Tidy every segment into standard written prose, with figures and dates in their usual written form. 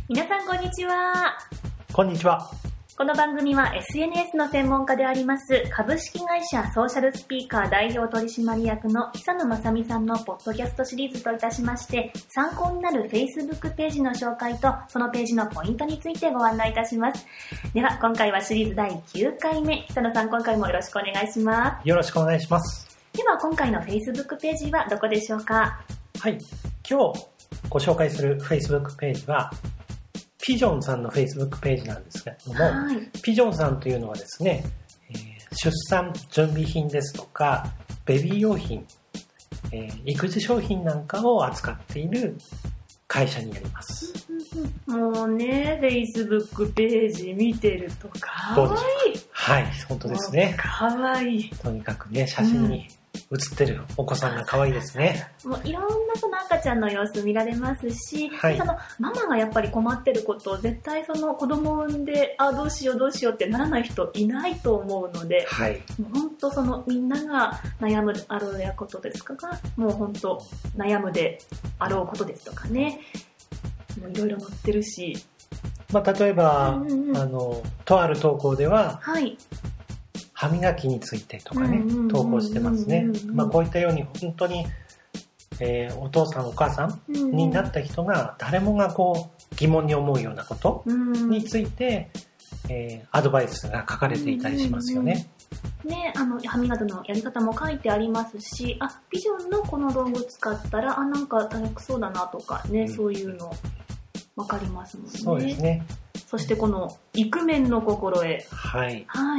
皆さんこんにちは。 こんにちは。 この番組は SNS の専門家であります株式会社ソーシャルスピーカー代表取締役の久野正美さんのポッドキャストシリーズといたしまして、参考になる Facebook ページの紹介とそのページのポイントについてご案内いたします。では今回はシリーズ第9回目、久野さん今回もよろしくお願いします。 よろしくお願いします。 では今回の Facebook ページはどこでしょうか？ はい、今日ご紹介する Facebook ページはピジョンさんの Facebook ページなんですけれども、 はい、 ピジョンさんというのはですね、出産準備品ですとかベビー用品、育児商品なんかを扱っている会社になります。 もうね、Facebook ページ見てるとかわいい。 はい、本当ですね。 かわいい。 とにかくね、写真に写ってるお子さんが可愛いですね。 もういろんなその赤ちゃんの様子見られますし、 はい、 そのママがやっぱり困ってることを絶対その子供を産んでどうしようどうしようってならない人いないと思うので、 はい、 もう本当そのみんなが悩むあろうやことですとか、もう本当悩むであろうことですとかね、もういろいろ載ってるし、 例えば、とある投稿では、 はい、 歯磨きについてとかね、投稿してますね。こういったように本当に、お父さんお母さんになった人が誰もがこう疑問に思うようなことについて、アドバイスが書かれていたりしますよね。 ね、歯磨きのやり方も書いてありますし、ビジョンのこの道具使ったらなんか楽そうだなとかね、そういうのわかりますもんね。 そうですね。 そしてこのイクメンの心得。 はい。 はい。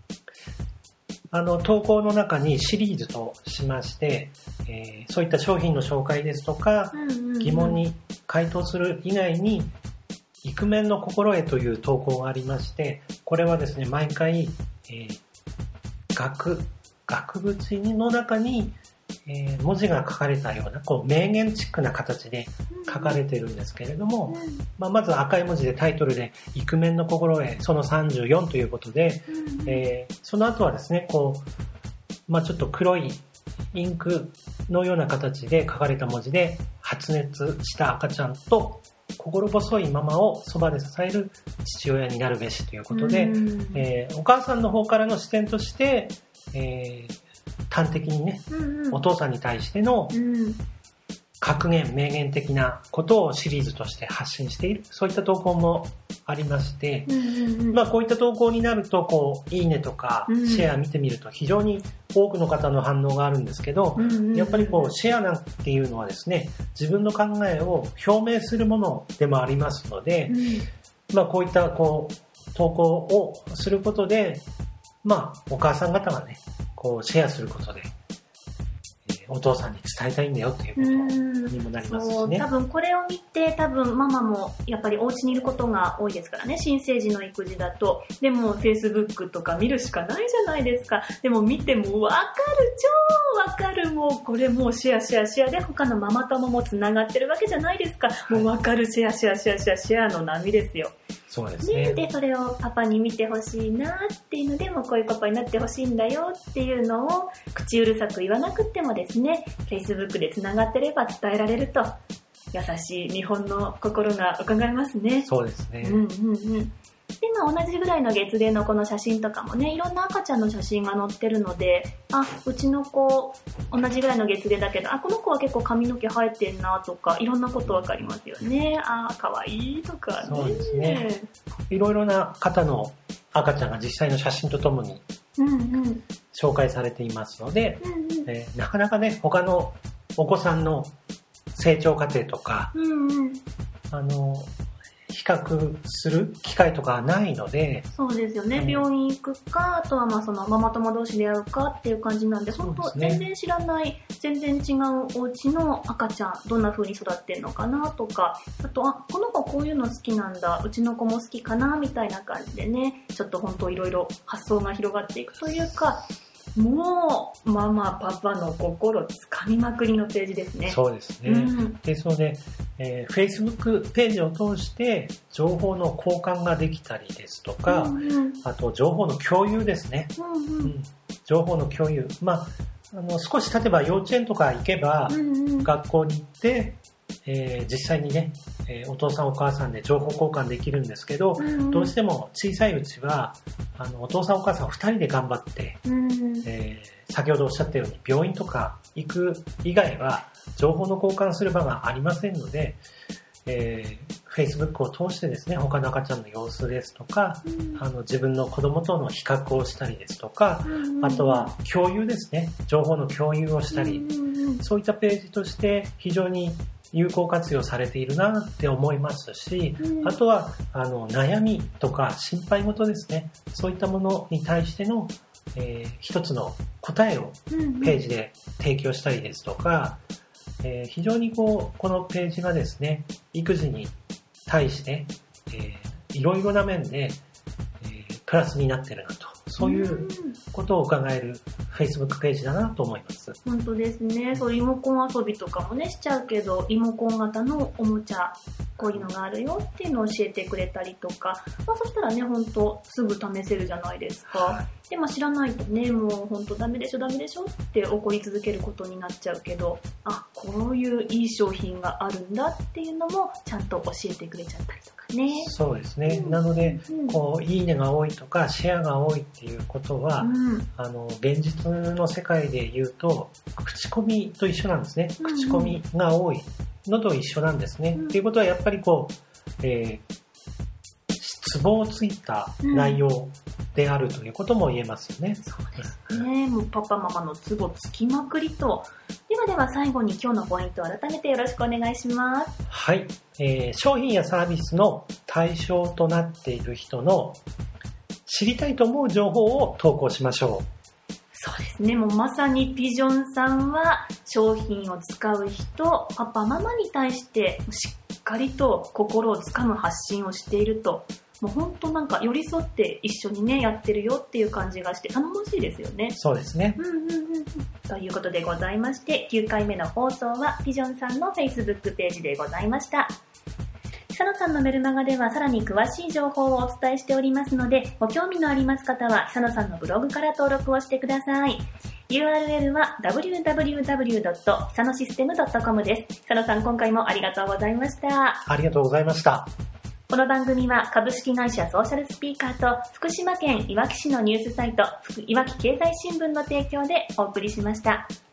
投稿の中にシリーズとしまして、そういった商品の紹介ですとか、疑問に回答する以外にイクメンの心得という投稿がありまして、これはですね、毎回、額縁の中に、文字が書かれたようなこう名言チックな形で書かれているんですけれども、まず赤い文字でタイトルでイクメンの心得その34ということで、その後はですねこう、ちょっと黒いインクのような形で書かれた文字で、発熱した赤ちゃんと心細いママをそばで支える父親になるべしということで、お母さんの方からの視点として、端的にね、お父さんに対しての格言名言的なことをシリーズとして発信している、そういった投稿もありまして、こういった投稿になるとこういいねとかシェア見てみると非常に多くの方の反応があるんですけど、やっぱりこうシェアなんていうのはですね、自分の考えを表明するものでもありますので、こういったこう投稿をすることで、お母さん方がねこうシェアすることで、お父さんに伝えたいんだよということにもなりますしね。 多分これを見て、多分ママもやっぱりお家にいることが多いですからね、新生児の育児だと。でも Facebook とか見るしかないじゃないですか。でも見てもわかる、超わかる、もうこれもうシェアで他のママ友もつながってるわけじゃないですか。もうわかる、シェアの波ですよ。 そうですね。 で、それをパパに見てほしいなっていうので、もうこういうパパになってほしいんだよっていうのを口うるさく言わなくってもですね、Facebook でつながってれば伝えられると、優しい日本の心が伺えますね。 そうですね。 で、同じぐらいの月齢のこの写真とかもね、いろんな赤ちゃんの写真が載ってるので、うちの子同じぐらいの月齢だけど、この子は結構髪の毛生えてんなとか、いろんなことわかりますよね。かわいいとかね。 そうですね。いろいろな方の赤ちゃんが実際の写真とともに紹介されていますので、なかなかね、他のお子さんの成長過程とか、比較する機会とかはないので。 そうですよね。病院行くか、あとはそのママ友同士で会うかっていう感じなんで、本当全然知らない、全然違うお家の赤ちゃん、どんな風に育ってんのかなとか、あとこの子こういうの好きなんだ、うちの子も好きかなみたいな感じでね、ちょっと本当いろいろ発想が広がっていくというか、もうママパパの心つかみまくりのページですね。 そうですね。ですので、Facebook ページを通して情報の交換ができたりですとか、あと情報の共有ですね。情報の共有。少し例えば幼稚園とか行けば、学校に行って、 実際にね、お父さんお母さんで情報交換できるんですけど、どうしても小さいうちはお父さんお母さん2人で頑張って、先ほどおっしゃったように病院とか行く以外は情報の交換する場がありませんので、Facebook を通してですね、他の赤ちゃんの様子ですとか、自分の子供との比較をしたりですとか、あとは共有ですね、情報の共有をしたり、そういったページとして非常に有効活用されているなって思いますし、あとは悩みとか心配事ですね、そういったものに対しての、一つの答えをページで提供したりですとか、非常にこのページがですね、育児に対して、いろいろな面で、プラスになっているなと、そういうことを伺える Facebook ページだなと思います。 本当ですね。そう、リモコン遊びとかもねしちゃうけど、リモコン型のおもちゃ、こういうのがあるよっていうのを教えてくれたりとか、そしたらね、本当すぐ試せるじゃないですか。で、知らないとね、もう本当ダメでしょって怒り続けることになっちゃうけど、こういういい商品があるんだっていうのもちゃんと教えてくれちゃったりとかね。 そうですね。なので、いいねが多いとかシェアが多いっていうことは、現実の世界で言うと口コミと一緒なんですね。口コミが多いのと一緒なんですね。っていうことはやっぱりツボをついた内容であるということも言えますよね。 そうですね。もうパパママのツボつきまくりと。では最後に今日のポイントを改めてよろしくお願いします。 はい。商品やサービスの対象となっている人の知りたいと思う情報を投稿しましょう。 そうですね。もうまさにピジョンさんは商品を使う人、パパママに対してしっかりと心をつかむ発信をしていると。もう本当寄り添って一緒にねやってるよっていう感じがして頼もしいですよね。 そうですね。 ということでございまして、9回目の放送はピジョンさんの Facebook ページでございました。久野さんのメルマガではさらに詳しい情報をお伝えしておりますので、ご興味のあります方は久野さんのブログから登録をしてください。URL は www.hisanoSystem.com です。久野さん、今回もありがとうございました。 ありがとうございました。 この番組は株式会社ソーシャルスピーカーと福島県いわき市のニュースサイトいわき経済新聞の提供でお送りしました。